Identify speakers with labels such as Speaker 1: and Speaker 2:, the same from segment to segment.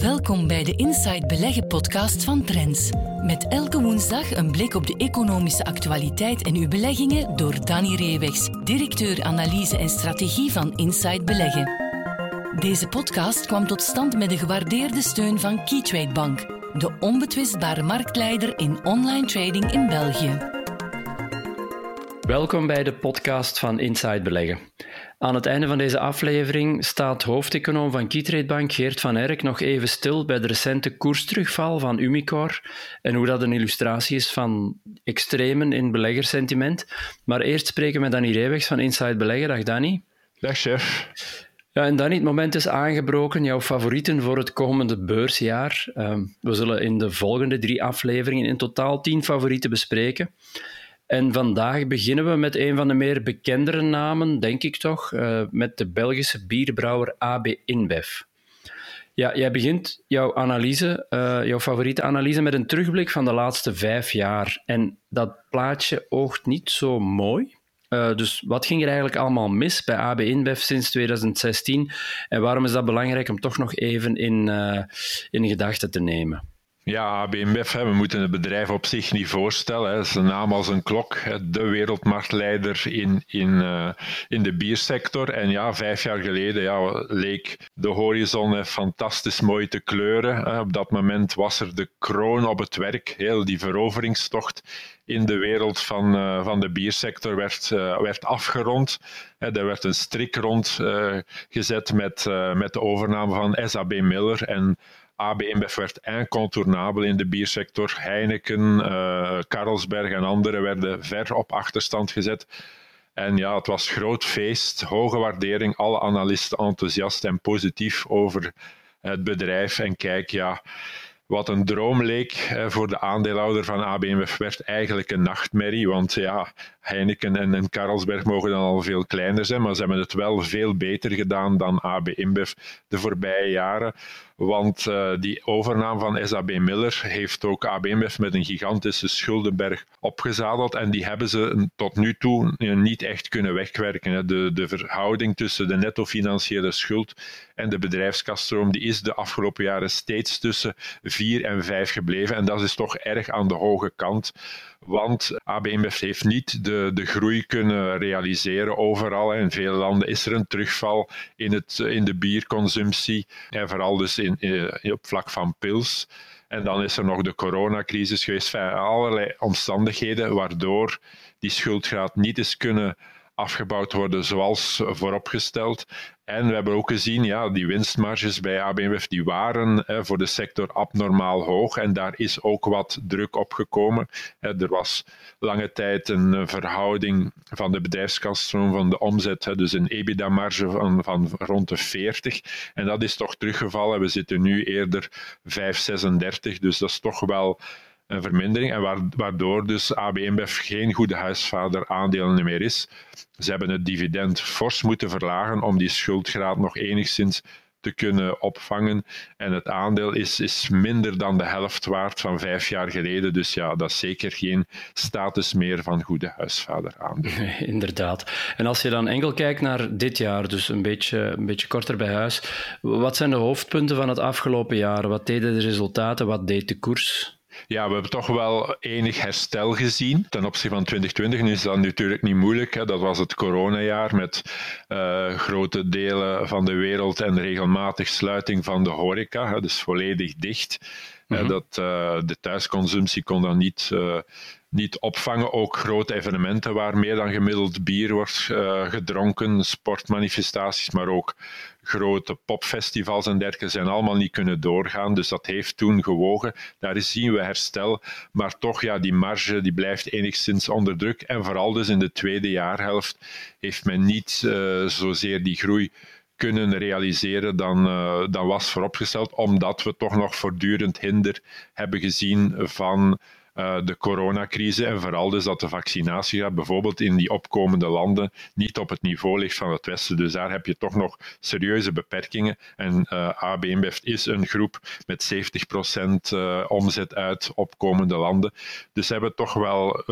Speaker 1: Welkom bij de Inside Beleggen podcast van Trends. Met elke woensdag een blik op de economische actualiteit en uw beleggingen door Danny Reewegs, directeur analyse en strategie van Inside Beleggen. Deze podcast kwam tot stand met de gewaardeerde steun van Keytrade Bank, de onbetwistbare marktleider in online trading in België.
Speaker 2: Welkom bij de podcast van Inside Beleggen. Aan het einde van deze aflevering staat hoofdeconoom van Keytrade Bank, Geert van Erck, nog even stil bij de recente koersterugval van Umicore en hoe dat een illustratie is van extremen in beleggersentiment. Maar eerst spreken we met Danny Reewegs van Inside Beleggen. Dag Danny.
Speaker 3: Dag chef.
Speaker 2: Ja, en Danny, het moment is aangebroken. Jouw favorieten voor het komende beursjaar. We zullen in de volgende 3 afleveringen in totaal 10 favorieten bespreken. En vandaag beginnen we met een van de meer bekendere namen, denk ik toch, met de Belgische bierbrouwer AB InBev. Ja, jij begint jouw analyse, jouw favoriete analyse, met een terugblik van de laatste 5 jaar. En dat plaatje oogt niet zo mooi. Dus wat ging er eigenlijk allemaal mis bij AB InBev sinds 2016? En waarom is dat belangrijk om toch nog even in gedachten te nemen?
Speaker 3: Ja, AB InBev, we moeten het bedrijf op zich niet voorstellen. Het is een naam als een klok, de wereldmarktleider in de biersector. En ja, 5 jaar geleden leek de horizon fantastisch mooi te kleuren. Op dat moment was er de kroon op het werk. Heel die veroveringstocht in de wereld van de biersector werd afgerond. Er werd een strik rond gezet met de overname van SAB Miller en AB InBev werd incontournabel in de biersector. Heineken, Carlsberg en anderen werden ver op achterstand gezet. En ja, het was groot feest, hoge waardering, alle analisten enthousiast en positief over het bedrijf. En kijk, ja, wat een droom leek voor de aandeelhouder van AB InBev werd eigenlijk een nachtmerrie, want ja, Heineken en Carlsberg mogen dan al veel kleiner zijn, maar ze hebben het wel veel beter gedaan dan AB InBev de voorbije jaren. Want die overname van SAB Miller heeft ook AB InBev met een gigantische schuldenberg opgezadeld en die hebben ze tot nu toe niet echt kunnen wegwerken. De verhouding tussen de netto financiële schuld en de bedrijfskasstroom die is de afgelopen jaren steeds tussen 4 en 5 gebleven en dat is toch erg aan de hoge kant. Want AB InBev heeft niet de groei kunnen realiseren overal. In veel landen is er een terugval in de bierconsumptie. En vooral dus op vlak van pils. En dan is er nog de coronacrisis geweest. Allerlei omstandigheden waardoor die schuldgraad niet is kunnen afgebouwd worden zoals vooropgesteld. En we hebben ook gezien, ja, die winstmarges bij AB InBev die waren voor de sector abnormaal hoog en daar is ook wat druk op gekomen. Er was lange tijd een verhouding van de bedrijfskasstroom van de omzet, dus een EBITDA-marge van rond de 40 en dat is toch teruggevallen. We zitten nu eerder 5,36, dus dat is toch wel een vermindering en waardoor dus AB InBev geen goede huisvader aandelen meer is. Ze hebben het dividend fors moeten verlagen om die schuldgraad nog enigszins te kunnen opvangen. En het aandeel is minder dan de helft waard van 5 jaar geleden. Dus ja, dat is zeker geen status meer van goede huisvader aandeel.
Speaker 2: Nee, inderdaad. En als je dan enkel kijkt naar dit jaar, dus een beetje korter bij huis, wat zijn de hoofdpunten van het afgelopen jaar? Wat deden de resultaten? Wat deed de koers?
Speaker 3: Ja, we hebben toch wel enig herstel gezien ten opzichte van 2020. Nu is dat natuurlijk niet moeilijk. Dat was het coronajaar met grote delen van de wereld en regelmatig sluiting van de horeca. Dus volledig dicht. De thuisconsumptie kon dan niet opvangen. Ook grote evenementen waar meer dan gemiddeld bier wordt gedronken, sportmanifestaties, maar ook grote popfestivals en dergelijke zijn allemaal niet kunnen doorgaan. Dus dat heeft toen gewogen. Daar zien we herstel. Maar toch, ja, die marge die blijft enigszins onder druk. En vooral dus in de tweede jaarhelft heeft men niet zozeer die groei kunnen realiseren dan was vooropgesteld, omdat we toch nog voortdurend hinder hebben gezien van de coronacrisis en vooral dus dat de vaccinatiegraad bijvoorbeeld in die opkomende landen niet op het niveau ligt van het Westen. Dus daar heb je toch nog serieuze beperkingen. En AB InBev is een groep met 70% omzet uit opkomende landen. Dus ze hebben toch wel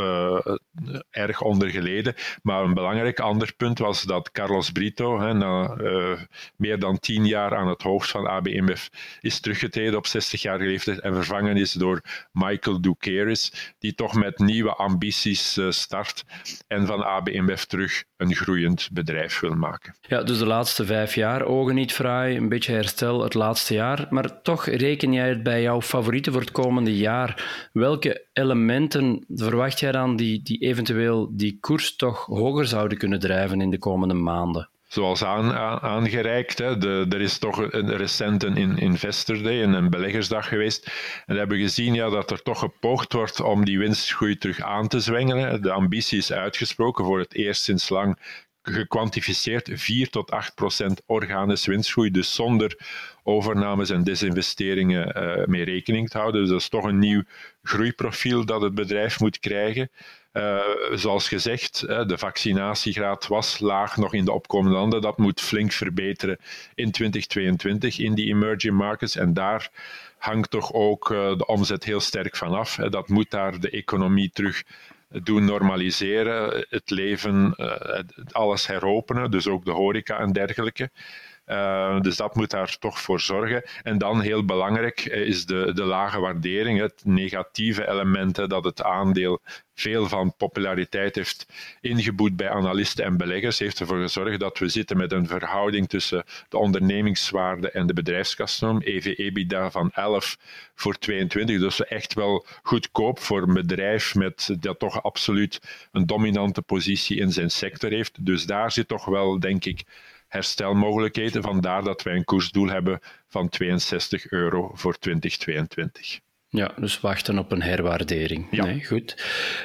Speaker 3: erg onder geleden. Maar een belangrijk ander punt was dat Carlos Brito, na meer dan 10 jaar aan het hoofd van AB InBev, is teruggetreden op 60-jarige leeftijd en vervangen is door Michael Doukeris, die toch met nieuwe ambities start en van AB InBev terug een groeiend bedrijf wil maken.
Speaker 2: Ja, dus de laatste 5 jaar, ogen niet fraai, een beetje herstel het laatste jaar, maar toch reken jij het bij jouw favorieten voor het komende jaar. Welke elementen verwacht jij dan die eventueel die koers toch hoger zouden kunnen drijven in de komende maanden?
Speaker 3: Zoals aangereikt, er is toch recent een Investor Day, een beleggersdag geweest. En we hebben gezien dat er toch gepoogd wordt om die winstgroei terug aan te zwengelen. De ambitie is uitgesproken, voor het eerst sinds lang gekwantificeerd 4-8% organische winstgroei, dus zonder overnames en desinvesteringen mee rekening te houden. Dus dat is toch een nieuw groeiprofiel dat het bedrijf moet krijgen. Zoals gezegd, de vaccinatiegraad was laag nog in de opkomende landen. Dat moet flink verbeteren in 2022 in die emerging markets. En daar hangt toch ook de omzet heel sterk van af. Dat moet daar de economie terug doen normaliseren, het leven, alles heropenen, dus ook de horeca en dergelijke. Dus dat moet daar toch voor zorgen. En dan heel belangrijk is de lage waardering, het negatieve element dat het aandeel veel van populariteit heeft ingeboet bij analisten en beleggers, heeft ervoor gezorgd dat we zitten met een verhouding tussen de ondernemingswaarde en de bedrijfskaststroom, EV/EBITDA van 11 voor 22. Dus echt wel goedkoop voor een bedrijf dat toch absoluut een dominante positie in zijn sector heeft. Dus daar zit toch wel, denk ik, herstelmogelijkheden. Vandaar dat wij een koersdoel hebben van €62 voor 2022.
Speaker 2: Ja, dus wachten op een herwaardering.
Speaker 3: Ja.
Speaker 2: Nee, goed.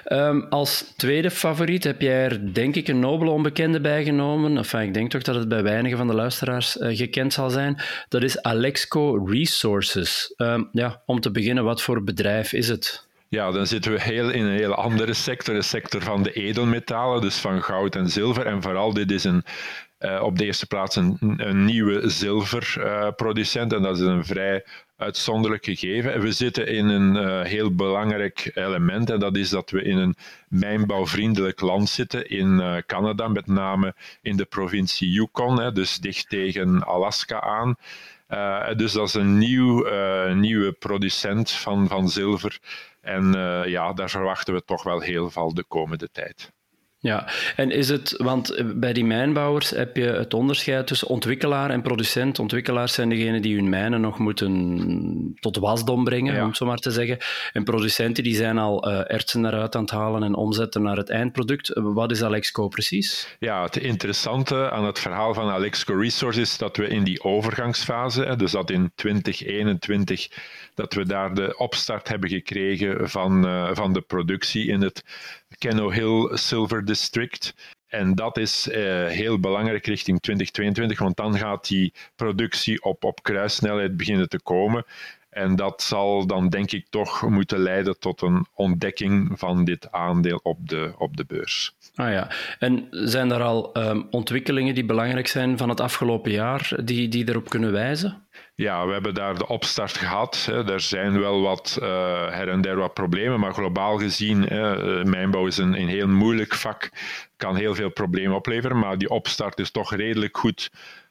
Speaker 2: Als tweede favoriet heb jij er denk ik een nobele onbekende bijgenomen. Enfin, ik denk toch dat het bij weinigen van de luisteraars gekend zal zijn. Dat is Alexco Resources. Om te beginnen, wat voor bedrijf is het?
Speaker 3: Ja, dan zitten we in een heel andere sector, de sector van de edelmetalen, dus van goud en zilver. En vooral dit is op de eerste plaats een nieuwe zilverproducent en dat is een vrij uitzonderlijk gegeven. En we zitten in een heel belangrijk element en dat is dat we in een mijnbouwvriendelijk land zitten in Canada, met name in de provincie Yukon, dus dicht tegen Alaska aan. Dus dat is een nieuwe producent van zilver. En daar verwachten we toch wel heel veel de komende tijd.
Speaker 2: Ja, en is het, want bij die mijnbouwers heb je het onderscheid tussen ontwikkelaar en producent. Ontwikkelaars zijn degenen die hun mijnen nog moeten tot wasdom brengen, om het zo maar te zeggen. En producenten die zijn al ertsen eruit aan het halen en omzetten naar het eindproduct. Wat is Alexco precies?
Speaker 3: Ja, het interessante aan het verhaal van Alexco Resources is dat we in die overgangsfase, dus dat in 2021, dat we daar de opstart hebben gekregen van de productie in het Keno Hill Silver District. En dat is heel belangrijk richting 2022, want dan gaat die productie op kruissnelheid beginnen te komen. En dat zal dan denk ik toch moeten leiden tot een ontdekking van dit aandeel op de beurs.
Speaker 2: Ah ja, en zijn er al ontwikkelingen die belangrijk zijn van het afgelopen jaar die erop kunnen wijzen?
Speaker 3: Ja, we hebben daar de opstart gehad. Er zijn wel wat her en der wat problemen, maar globaal gezien, mijnbouw is een heel moeilijk vak, kan heel veel problemen opleveren, maar die opstart is toch redelijk goed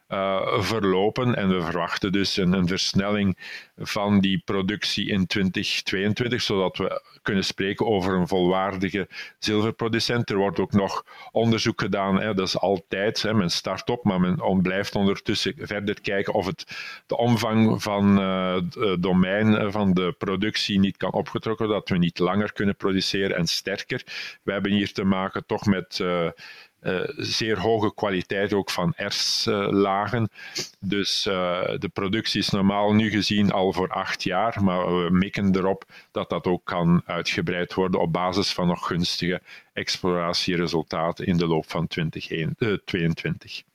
Speaker 3: verlopen en we verwachten dus een versnelling van die productie in 2022, zodat we kunnen spreken over een volwaardige zilverproducent. Er wordt ook nog onderzoek gedaan, dat is altijd, men start op, maar men blijft ondertussen verder kijken of de omvang van het domein van de productie niet kan opgetrokken worden, dat we niet langer kunnen produceren en sterker. We hebben hier te maken toch met zeer hoge kwaliteit ook van erslagen. Dus de productie is normaal nu gezien al voor 8 jaar, maar we mikken erop dat dat ook kan uitgebreid worden op basis van nog gunstige exploratieresultaten in de loop van 2022.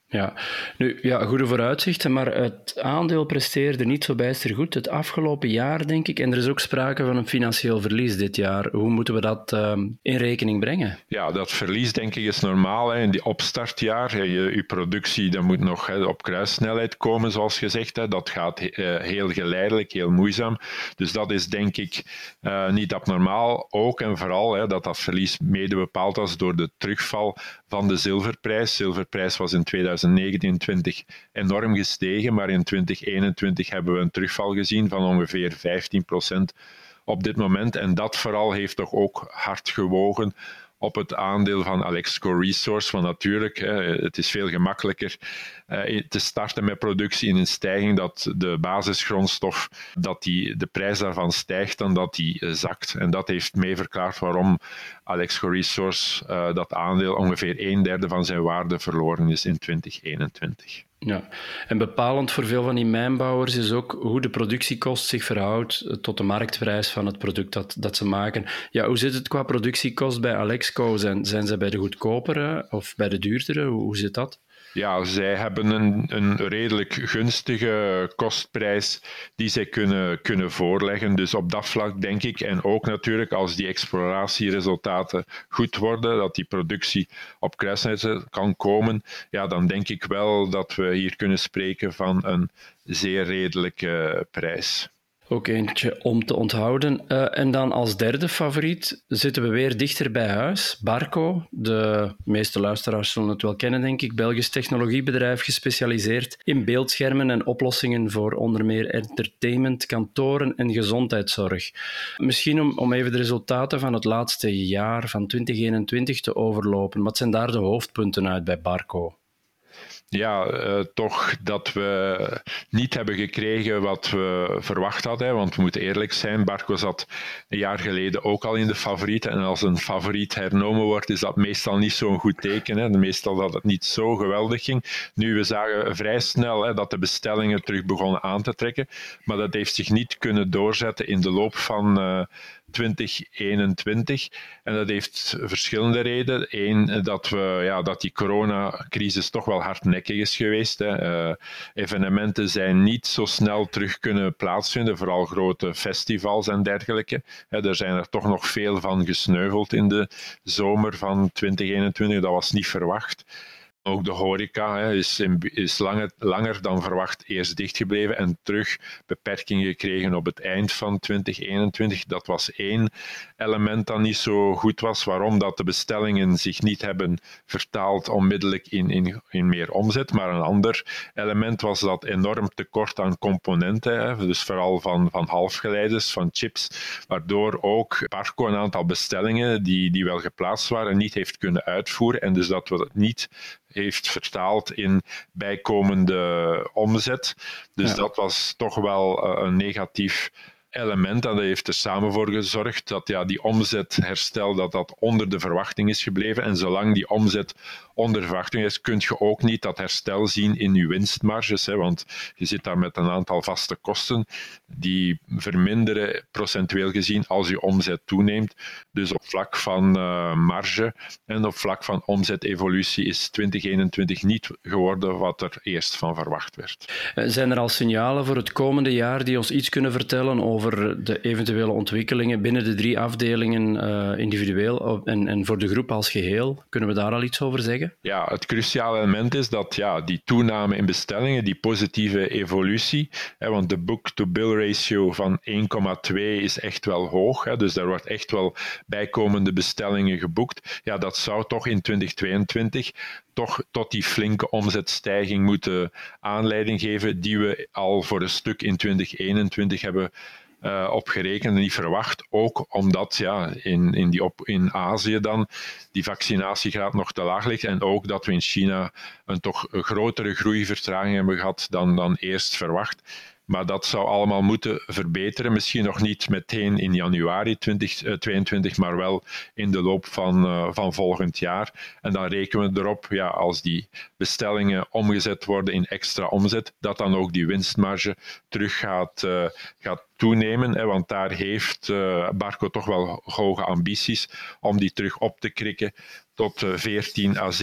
Speaker 2: Ja, nu, ja, goede vooruitzichten, maar het aandeel presteerde niet zo bijster goed het afgelopen jaar, denk ik. En er is ook sprake van een financieel verlies dit jaar. Hoe moeten we dat in rekening brengen?
Speaker 3: Ja, dat verlies, denk ik, is normaal. Hè. In die opstartjaar, je productie dat moet nog op kruissnelheid komen, zoals gezegd. Hè. Dat gaat heel geleidelijk, heel moeizaam. Dus dat is, denk ik, niet abnormaal. Ook en vooral dat verlies mede bepaald was door de terugval van de zilverprijs. Zilverprijs was in 2019 enorm gestegen, maar in 2021 hebben we een terugval gezien van ongeveer 15% op dit moment. En dat vooral heeft toch ook hard gewogen op het aandeel van Alexco Resources. Want natuurlijk, het is veel gemakkelijker te starten met productie in een stijging dat de basisgrondstof, dat de prijs daarvan stijgt dan dat die zakt. En dat heeft mee verklaard waarom Alexco Resources dat aandeel ongeveer 1/3 van zijn waarde verloren is in 2021.
Speaker 2: Ja, en bepalend voor veel van die mijnbouwers is ook hoe de productiekost zich verhoudt tot de marktprijs van het product dat ze maken. Ja, hoe zit het qua productiekost bij Alexco? Zijn ze bij de goedkopere of bij de duurdere? Hoe zit dat?
Speaker 3: Ja, zij hebben een redelijk gunstige kostprijs die zij kunnen voorleggen. Dus op dat vlak denk ik, en ook natuurlijk als die exploratieresultaten goed worden, dat die productie op kruissnelheid kan komen, ja, dan denk ik wel dat we hier kunnen spreken van een zeer redelijke prijs.
Speaker 2: Ook eentje om te onthouden. En dan als derde favoriet zitten we weer dichter bij huis. Barco, de meeste luisteraars zullen het wel kennen, denk ik. Belgisch technologiebedrijf gespecialiseerd in beeldschermen en oplossingen voor onder meer entertainment, kantoren en gezondheidszorg. Misschien om even de resultaten van het laatste jaar, van 2021, te overlopen. Wat zijn daar de hoofdpunten uit bij Barco?
Speaker 3: Ja, toch dat we niet hebben gekregen wat we verwacht hadden. Want we moeten eerlijk zijn, Barco zat een jaar geleden ook al in de favorieten. En als een favoriet hernomen wordt, is dat meestal niet zo'n goed teken. Hè. Meestal dat het niet zo geweldig ging. Nu, we zagen vrij snel dat de bestellingen terug begonnen aan te trekken. Maar dat heeft zich niet kunnen doorzetten in de loop van 2021. En dat heeft verschillende redenen. Eén, dat die coronacrisis toch wel hardnekkig is geweest. Hè. Evenementen zijn niet zo snel terug kunnen plaatsvinden, vooral grote festivals en dergelijke. Er zijn er toch nog veel van gesneuveld in de zomer van 2021. Dat was niet verwacht. Ook de horeca is langer dan verwacht eerst dichtgebleven en terug beperkingen gekregen op het eind van 2021. Dat was één element dat niet zo goed was. Waarom? Dat de bestellingen zich niet hebben vertaald onmiddellijk in meer omzet. Maar een ander element was dat enorm tekort aan componenten. Dus vooral van halfgeleiders, van chips. Waardoor ook Barco een aantal bestellingen die wel geplaatst waren niet heeft kunnen uitvoeren. En dus dat we het niet heeft vertaald in bijkomende omzet. Dus dat was toch wel een negatief element. En dat heeft er samen voor gezorgd dat die omzetherstel dat onder de verwachting is gebleven. En zolang die omzet onder verwachting is, kun je ook niet dat herstel zien in je winstmarges. Want je zit daar met een aantal vaste kosten die verminderen procentueel gezien als je omzet toeneemt. Dus op vlak van marge en op vlak van omzetevolutie is 2021 niet geworden wat er eerst van verwacht werd.
Speaker 2: Zijn er al signalen voor het komende jaar die ons iets kunnen vertellen over de eventuele ontwikkelingen binnen de 3 afdelingen individueel en voor de groep als geheel? Kunnen we daar al iets over zeggen?
Speaker 3: Ja, het cruciale element is dat die toename in bestellingen, die positieve evolutie, want de book-to-bill ratio van 1,2 is echt wel hoog, dus daar wordt echt wel bijkomende bestellingen geboekt. Ja, dat zou toch in 2022 toch tot die flinke omzetstijging moeten aanleiding geven die we al voor een stuk in 2021 hebben opgerekend en niet verwacht. Ook omdat in Azië dan die vaccinatiegraad nog te laag ligt en ook dat we in China een toch grotere groeivertraging hebben gehad dan eerst verwacht. Maar dat zou allemaal moeten verbeteren. Misschien nog niet meteen in januari 2022, maar wel in de loop van volgend jaar. En dan rekenen we erop, als die bestellingen omgezet worden in extra omzet, dat dan ook die winstmarge terug gaat toenemen, want daar heeft Barco toch wel hoge ambities om die terug op te krikken tot 14 à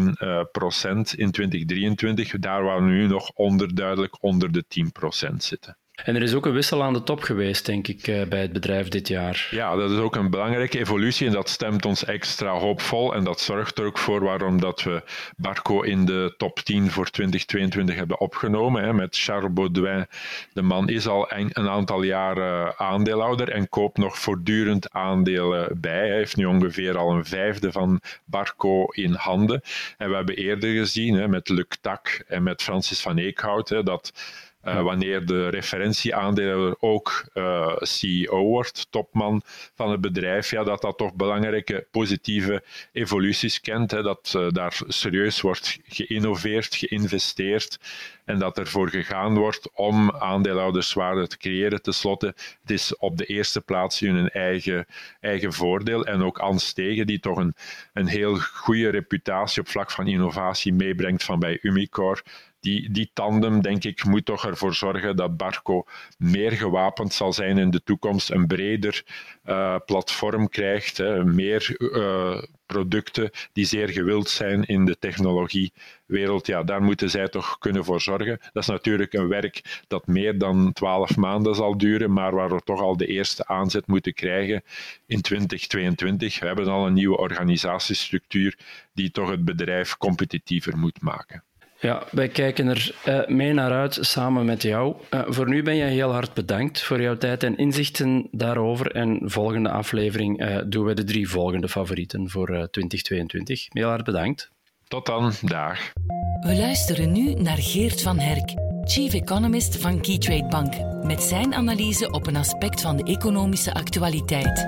Speaker 3: 17% in 2023, daar waar we nu nog duidelijk onder de 10% zitten.
Speaker 2: En er is ook een wissel aan de top geweest, denk ik, bij het bedrijf dit jaar.
Speaker 3: Ja, dat is ook een belangrijke evolutie en dat stemt ons extra hoopvol. En dat zorgt er ook voor waarom dat we Barco in de top 10 voor 2022 hebben opgenomen. Met Charles Baudouin. De man is al een aantal jaren aandeelhouder en koopt nog voortdurend aandelen bij. Hij heeft nu ongeveer al een vijfde van Barco in handen. En we hebben eerder gezien met Luc Tack en met Francis van Eekhout dat wanneer de referentieaandeelhouder ook CEO wordt, topman van het bedrijf, dat toch belangrijke positieve evoluties kent. Dat daar serieus wordt geïnnoveerd, geïnvesteerd en dat ervoor gegaan wordt om aandeelhouderswaarde te creëren. Ten slotte, het is op de eerste plaats hun eigen voordeel. En ook Ans Tegen, die toch een heel goede reputatie op vlak van innovatie meebrengt van bij Umicore. Die tandem, denk ik, moet toch ervoor zorgen dat Barco meer gewapend zal zijn in de toekomst, een breder platform krijgt, meer producten die zeer gewild zijn in de technologiewereld. Ja, daar moeten zij toch kunnen voor zorgen. Dat is natuurlijk een werk dat meer dan 12 maanden zal duren, maar waar we toch al de eerste aanzet moeten krijgen in 2022. We hebben al een nieuwe organisatiestructuur die toch het bedrijf competitiever moet maken.
Speaker 2: Ja, wij kijken er mee naar uit samen met jou. Voor nu ben je heel hard bedankt voor jouw tijd en inzichten daarover. En volgende aflevering doen we de 3 volgende favorieten voor 2022. Heel hard bedankt.
Speaker 3: Tot dan, dag.
Speaker 1: We luisteren nu naar Geert van Herk, Chief Economist van Keytrade Bank, met zijn analyse op een aspect van de economische actualiteit.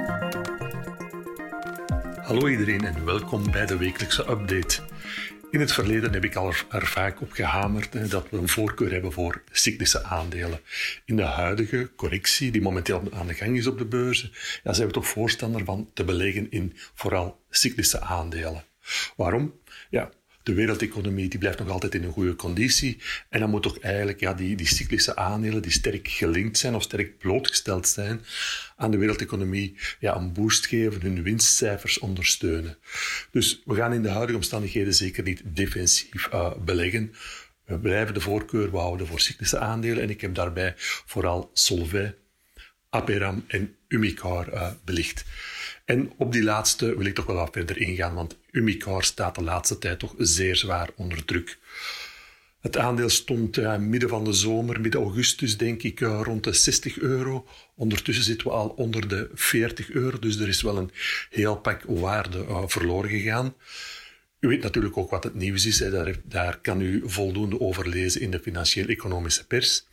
Speaker 4: Hallo iedereen en welkom bij de wekelijkse update. In het verleden heb ik er vaak op gehamerd dat we een voorkeur hebben voor cyclische aandelen. In de huidige correctie, die momenteel aan de gang is op de beurzen, zijn we toch voorstander van te beleggen in vooral cyclische aandelen. Waarom? Ja, de wereldeconomie die blijft nog altijd in een goede conditie. En dan moet toch eigenlijk die cyclische aandelen die sterk gelinkt zijn of sterk blootgesteld zijn aan de wereldeconomie een boost geven, hun winstcijfers ondersteunen. Dus we gaan in de huidige omstandigheden zeker niet defensief beleggen. We blijven de voorkeur houden voor cyclische aandelen en ik heb daarbij vooral Solvay, Aperam en Umicore belicht. En op die laatste wil ik toch wel wat verder ingaan, want Umicore staat de laatste tijd toch zeer zwaar onder druk. Het aandeel stond midden van de zomer, midden augustus denk ik, rond de €60. Ondertussen zitten we al onder de €40, dus er is wel een heel pak waarde verloren gegaan. U weet natuurlijk ook wat het nieuws is, daar kan u voldoende over lezen in de financieel-economische pers.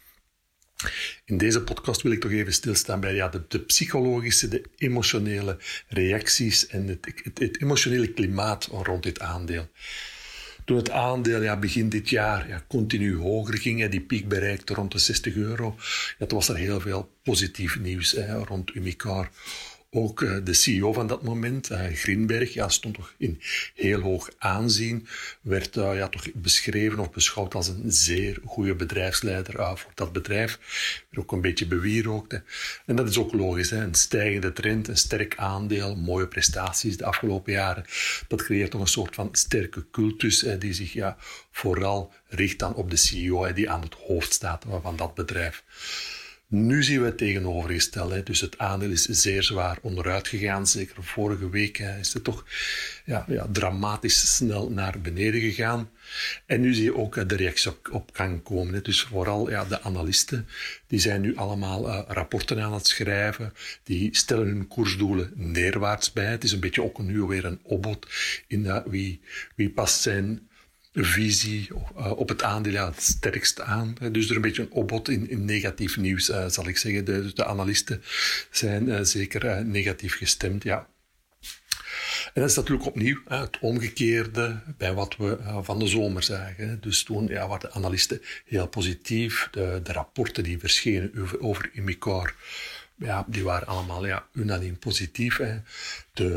Speaker 4: In deze podcast wil ik toch even stilstaan bij de psychologische, de emotionele reacties en het emotionele klimaat rond dit aandeel. Toen het aandeel begin dit jaar continu hoger ging, die piek bereikte rond de €60, toen was er heel veel positief nieuws rond Umicore. Ook de CEO van dat moment, Grinberg, stond toch in heel hoog aanzien. Werd toch beschreven of beschouwd als een zeer goede bedrijfsleider voor dat bedrijf. Werd ook een beetje bewierookt. En dat is ook logisch. Een stijgende trend, een sterk aandeel, mooie prestaties de afgelopen jaren. Dat creëert toch een soort van sterke cultus die zich vooral richt dan op de CEO die aan het hoofd staat van dat bedrijf. Nu zien we het tegenovergestelde. Dus het aandeel is zeer zwaar onderuit gegaan. Zeker vorige week is het toch dramatisch snel naar beneden gegaan. En nu zie je ook de reactie op gang komen. Dus vooral de analisten, die zijn nu allemaal rapporten aan het schrijven. Die stellen hun koersdoelen neerwaarts bij. Het is een beetje ook nu weer een opbod in wie past zijn visie op het aandeel het sterkst aan. Dus er een beetje een opbod in negatief nieuws, zal ik zeggen. De analisten zijn zeker negatief gestemd, En dat is natuurlijk opnieuw het omgekeerde bij wat we van de zomer zagen. Dus toen waren de analisten heel positief. De rapporten die verschenen over Umicore, die waren allemaal unaniem positief. De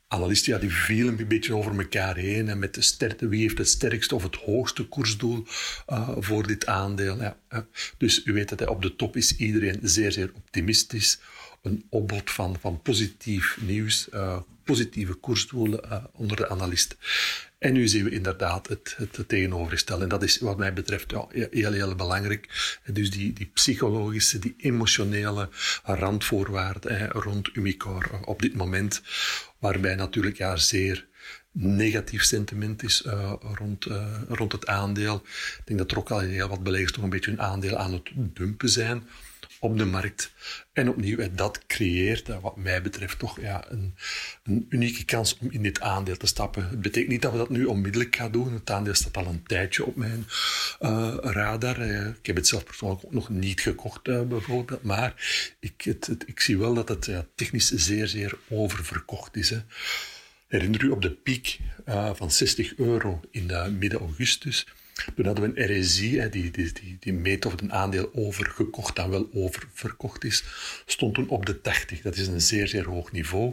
Speaker 4: analisten die vielen een beetje over elkaar heen. En met de sterkte, wie heeft het sterkste of het hoogste koersdoel voor dit aandeel. Ja. Dus u weet dat op de top is iedereen zeer, zeer optimistisch. Een opbod van positief nieuws, positieve koersdoelen onder de analisten. En nu zien we inderdaad het tegenovergestelde. En dat is wat mij betreft heel, heel belangrijk. Dus die psychologische, die emotionele randvoorwaarden rond Umicore op dit moment, waarbij natuurlijk zeer negatief sentiment is rond het aandeel. Ik denk dat er ook al heel wat beleggers toch een beetje hun aandeel aan het dumpen zijn op de markt. En opnieuw, dat creëert, wat mij betreft, toch een unieke kans om in dit aandeel te stappen. Het betekent niet dat we dat nu onmiddellijk gaan doen. Het aandeel staat al een tijdje op mijn radar. Ik heb het zelf persoonlijk ook nog niet gekocht, bijvoorbeeld. Maar ik zie wel dat het technisch zeer, zeer oververkocht is. Hè. Herinner u op de piek van €60 in midden augustus? Toen hadden we een RSI, die meet of een aandeel overgekocht dan wel oververkocht is, stond toen op de 80. Dat is een zeer, zeer hoog niveau.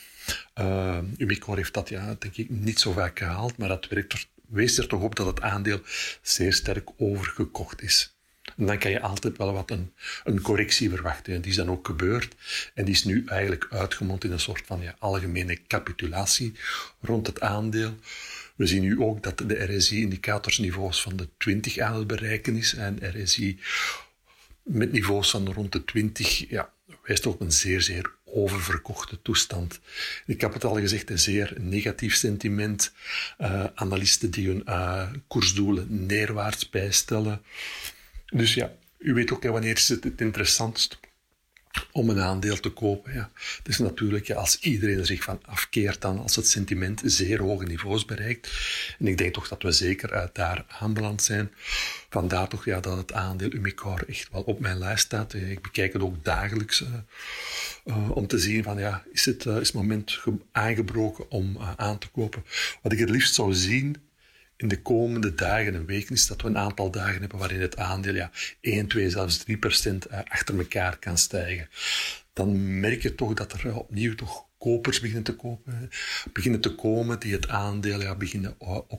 Speaker 4: Umicore heeft dat denk ik niet zo vaak gehaald, maar dat wees er toch op dat het aandeel zeer sterk overgekocht is. En dan kan je altijd wel wat een correctie verwachten. En die is dan ook gebeurd. En die is nu eigenlijk uitgemond in een soort van algemene capitulatie rond het aandeel. We zien nu ook dat de RSI-indicatorsniveaus van de 20 aan het bereiken is. En RSI met niveaus van rond de 20 wijst op een zeer, zeer oververkochte toestand. Ik heb het al gezegd, een zeer negatief sentiment. Analisten die hun koersdoelen neerwaarts bijstellen. Dus u weet ook wanneer is het interessantst om een aandeel te kopen. Ja. Dus natuurlijk, als iedereen er zich van afkeert, dan als het sentiment zeer hoge niveaus bereikt. En ik denk toch dat we zeker daar aanbeland zijn. Vandaar toch dat het aandeel Umicore echt wel op mijn lijst staat. Ik bekijk het ook dagelijks om te zien van is het moment aangebroken om aan te kopen. Wat ik het liefst zou zien in de komende dagen en weken is dat we een aantal dagen hebben waarin het aandeel 1, 2, zelfs 3% achter elkaar kan stijgen. Dan merk je toch dat er opnieuw toch kopers beginnen te komen die het aandeel beginnen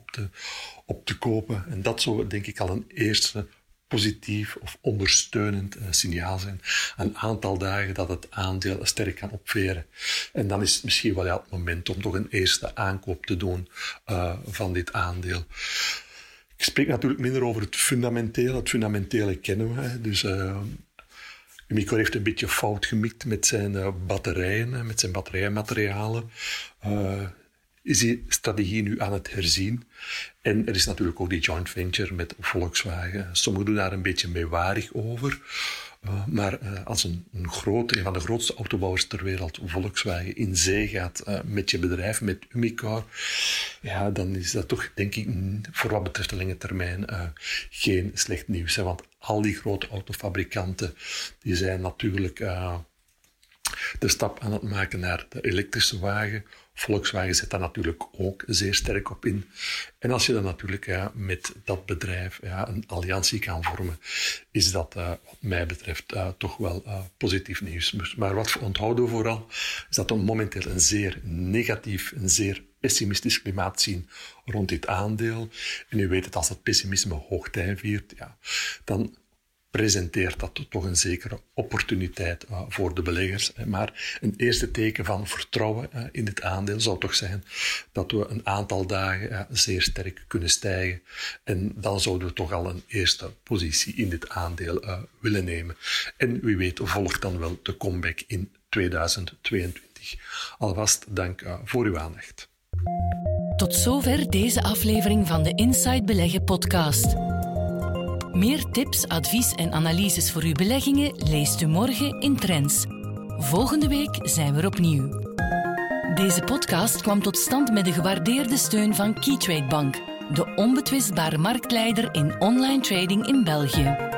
Speaker 4: op te kopen. En dat zou denk ik al een eerste positief of ondersteunend signaal zijn. Een aantal dagen dat het aandeel sterk kan opveren. En dan is het misschien wel het moment om toch een eerste aankoop te doen van dit aandeel. Ik spreek natuurlijk minder over het fundamentele. Het fundamentele kennen we. Dus Umicore heeft een beetje fout gemikt met zijn batterijen, met zijn batterijmaterialen. Is die strategie nu aan het herzien. En er is natuurlijk ook die joint venture met Volkswagen. Sommigen doen daar een beetje meewarig over. Maar als een van de grootste autobouwers ter wereld, Volkswagen, in zee gaat met je bedrijf, met Umicore, dan is dat toch, denk ik, voor wat betreft de lange termijn geen slecht nieuws. Hè? Want al die grote autofabrikanten, die zijn natuurlijk de stap aan het maken naar de elektrische wagen. Volkswagen zet daar natuurlijk ook zeer sterk op in. En als je dan natuurlijk met dat bedrijf een alliantie kan vormen, is dat wat mij betreft toch wel positief nieuws. Maar wat we onthouden vooral, is dat we momenteel een zeer negatief, een zeer pessimistisch klimaat zien rond dit aandeel. En u weet het, als het pessimisme hoogtij viert, dan presenteert dat toch een zekere opportuniteit voor de beleggers. Maar een eerste teken van vertrouwen in dit aandeel zou toch zijn dat we een aantal dagen zeer sterk kunnen stijgen. En dan zouden we toch al een eerste positie in dit aandeel willen nemen. En wie weet volgt dan wel de comeback in 2022. Alvast dank voor uw aandacht.
Speaker 1: Tot zover deze aflevering van de Inside Beleggen podcast. Meer tips, advies en analyses voor uw beleggingen leest u morgen in Trends. Volgende week zijn we er opnieuw. Deze podcast kwam tot stand met de gewaardeerde steun van Keytrade Bank, de onbetwistbare marktleider in online trading in België.